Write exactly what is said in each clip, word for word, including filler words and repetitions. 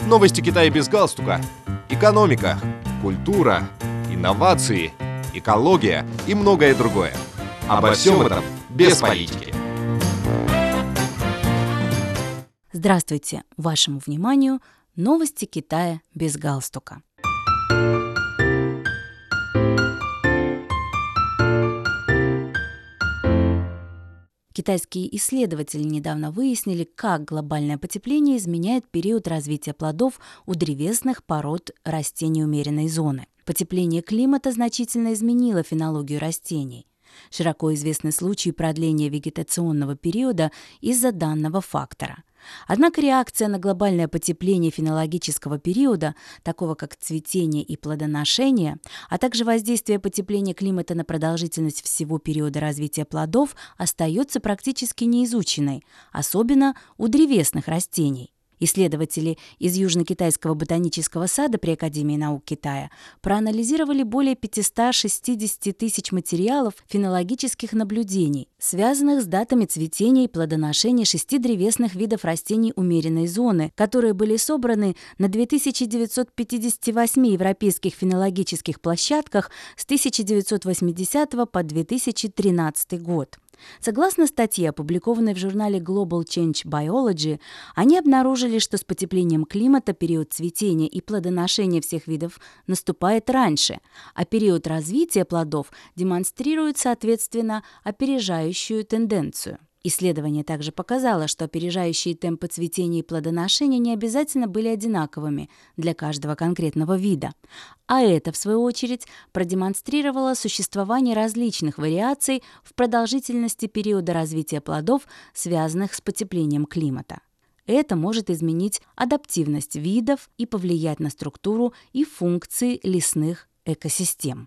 Новости Китая без галстука. Экономика, культура, инновации, экология и многое другое. Обо всем этом без политики. Здравствуйте! Вашему вниманию новости Китая без галстука. Китайские исследователи недавно выяснили, как глобальное потепление изменяет период развития плодов у древесных пород растений умеренной зоны. Потепление климата значительно изменило фенологию растений. Широко известны случаи продления вегетационного периода из-за данного фактора. Однако реакция на глобальное потепление фенологического периода, такого как цветение и плодоношение, а также воздействие потепления климата на продолжительность всего периода развития плодов, остается практически неизученной, особенно у древесных растений. Исследователи из Южно-Китайского ботанического сада при Академии наук Китая проанализировали более пятьсот шестьдесят тысяч материалов фенологических наблюдений, связанных с датами цветения и плодоношения шести древесных видов растений умеренной зоны, которые были собраны на две тысячи девятьсот пятидесяти восьми европейских фенологических площадках с тысяча девятьсот восьмидесятого по две тысячи тринадцатый год. Согласно статье, опубликованной в журнале Global Change Biology, они обнаружили, что с потеплением климата период цветения и плодоношения всех видов наступает раньше, а период развития плодов демонстрирует, соответственно, опережающую тенденцию. Исследование также показало, что опережающие темпы цветения и плодоношения не обязательно были одинаковыми для каждого конкретного вида. А это, в свою очередь, продемонстрировало существование различных вариаций в продолжительности периода развития плодов, связанных с потеплением климата. Это может изменить адаптивность видов и повлиять на структуру и функции лесных экосистем.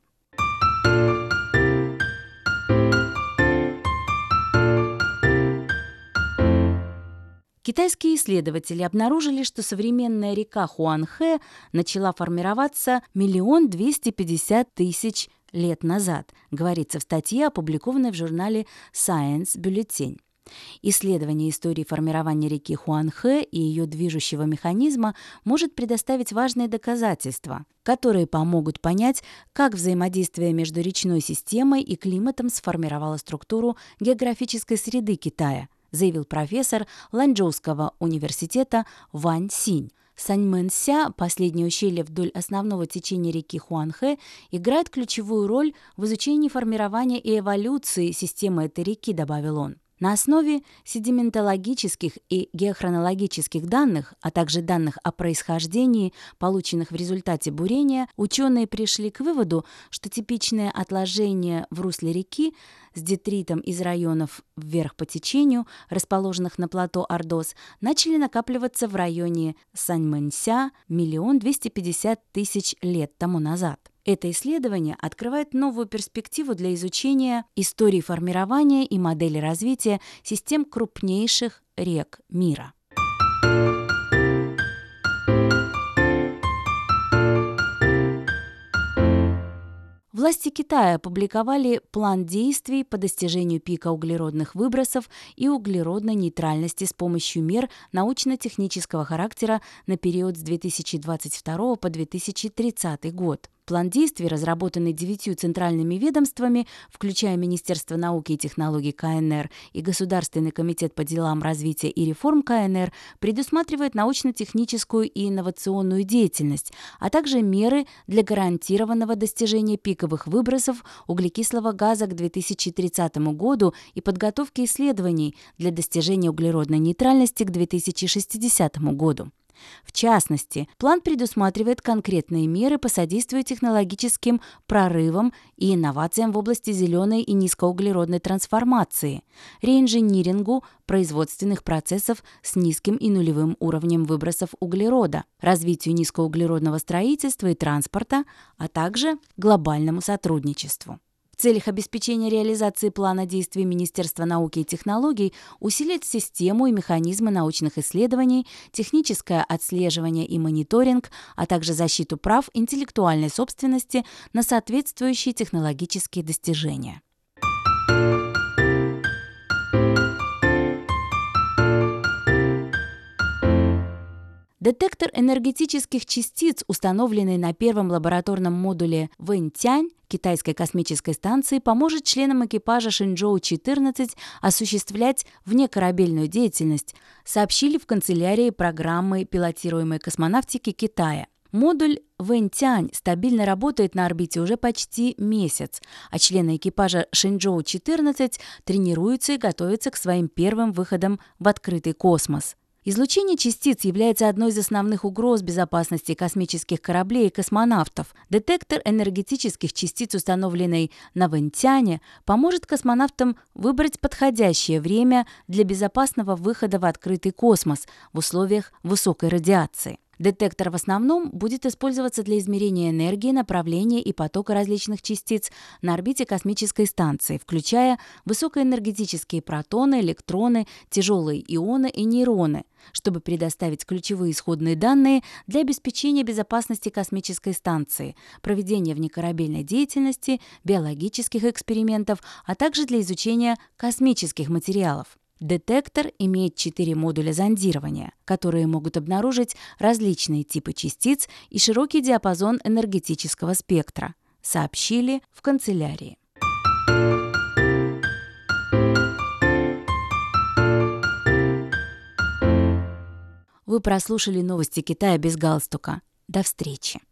Китайские исследователи обнаружили, что современная река Хуанхэ начала формироваться миллион двести пятьдесят тысяч лет назад, говорится в статье, опубликованной в журнале Science Bulletin. Исследование истории формирования реки Хуанхэ и ее движущего механизма может предоставить важные доказательства, которые помогут понять, как взаимодействие между речной системой и климатом сформировало структуру географической среды Китая, заявил профессор Ланчжоуского университета Вань Синь. Саньмэнся, последнее ущелье вдоль основного течения реки Хуанхэ, играет ключевую роль в изучении формирования и эволюции системы этой реки, добавил он. На основе седиментологических и геохронологических данных, а также данных о происхождении, полученных в результате бурения, ученые пришли к выводу, что типичное отложение в русле реки с детритом из районов вверх по течению, расположенных на плато Ордос, начали накапливаться в районе Саньмэнся миллион двести пятьдесят тысяч лет тому назад. Это исследование открывает новую перспективу для изучения истории формирования и модели развития систем крупнейших рек мира. Власти Китая опубликовали план действий по достижению пика углеродных выбросов и углеродной нейтральности с помощью мер научно-технического характера на период с две тысячи двадцать второго по две тысячи тридцатый год. План действий, разработанный девятью центральными ведомствами, включая Министерство науки и технологий ка эн эр и Государственный комитет по делам развития и реформ ка эн эр, предусматривает научно-техническую и инновационную деятельность, а также меры для гарантированного достижения пиковых выбросов углекислого газа к две тысячи тридцатому году и подготовки исследований для достижения углеродной нейтральности к две тысячи шестидесятому году. В частности, план предусматривает конкретные меры по содействию технологическим прорывам и инновациям в области зеленой и низкоуглеродной трансформации, реинжинирингу производственных процессов с низким и нулевым уровнем выбросов углерода, развитию низкоуглеродного строительства и транспорта, а также глобальному сотрудничеству. В целях обеспечения реализации плана действий Министерства науки и технологий усилить систему и механизмы научных исследований, техническое отслеживание и мониторинг, а также защиту прав интеллектуальной собственности на соответствующие технологические достижения. Детектор энергетических частиц, установленный на первом лабораторном модуле Вэньтянь китайской космической станции, поможет членам экипажа Шэнчжоу четырнадцать осуществлять внекорабельную деятельность, сообщили в канцелярии программы пилотируемой космонавтики Китая. Модуль Вэньтянь стабильно работает на орбите уже почти месяц, а члены экипажа Шэнчжоу четырнадцать тренируются и готовятся к своим первым выходам в открытый космос. Излучение частиц является одной из основных угроз безопасности космических кораблей и космонавтов. Детектор энергетических частиц, установленный на Вэньтяне, поможет космонавтам выбрать подходящее время для безопасного выхода в открытый космос в условиях высокой радиации. Детектор в основном будет использоваться для измерения энергии, направления и потока различных частиц на орбите космической станции, включая высокоэнергетические протоны, электроны, тяжелые ионы и нейроны, чтобы предоставить ключевые исходные данные для обеспечения безопасности космической станции, проведения внекорабельной деятельности, биологических экспериментов, а также для изучения космических материалов. Детектор имеет четыре модуля зондирования, которые могут обнаружить различные типы частиц и широкий диапазон энергетического спектра, сообщили в канцелярии. Вы прослушали новости Китая без галстука. До встречи!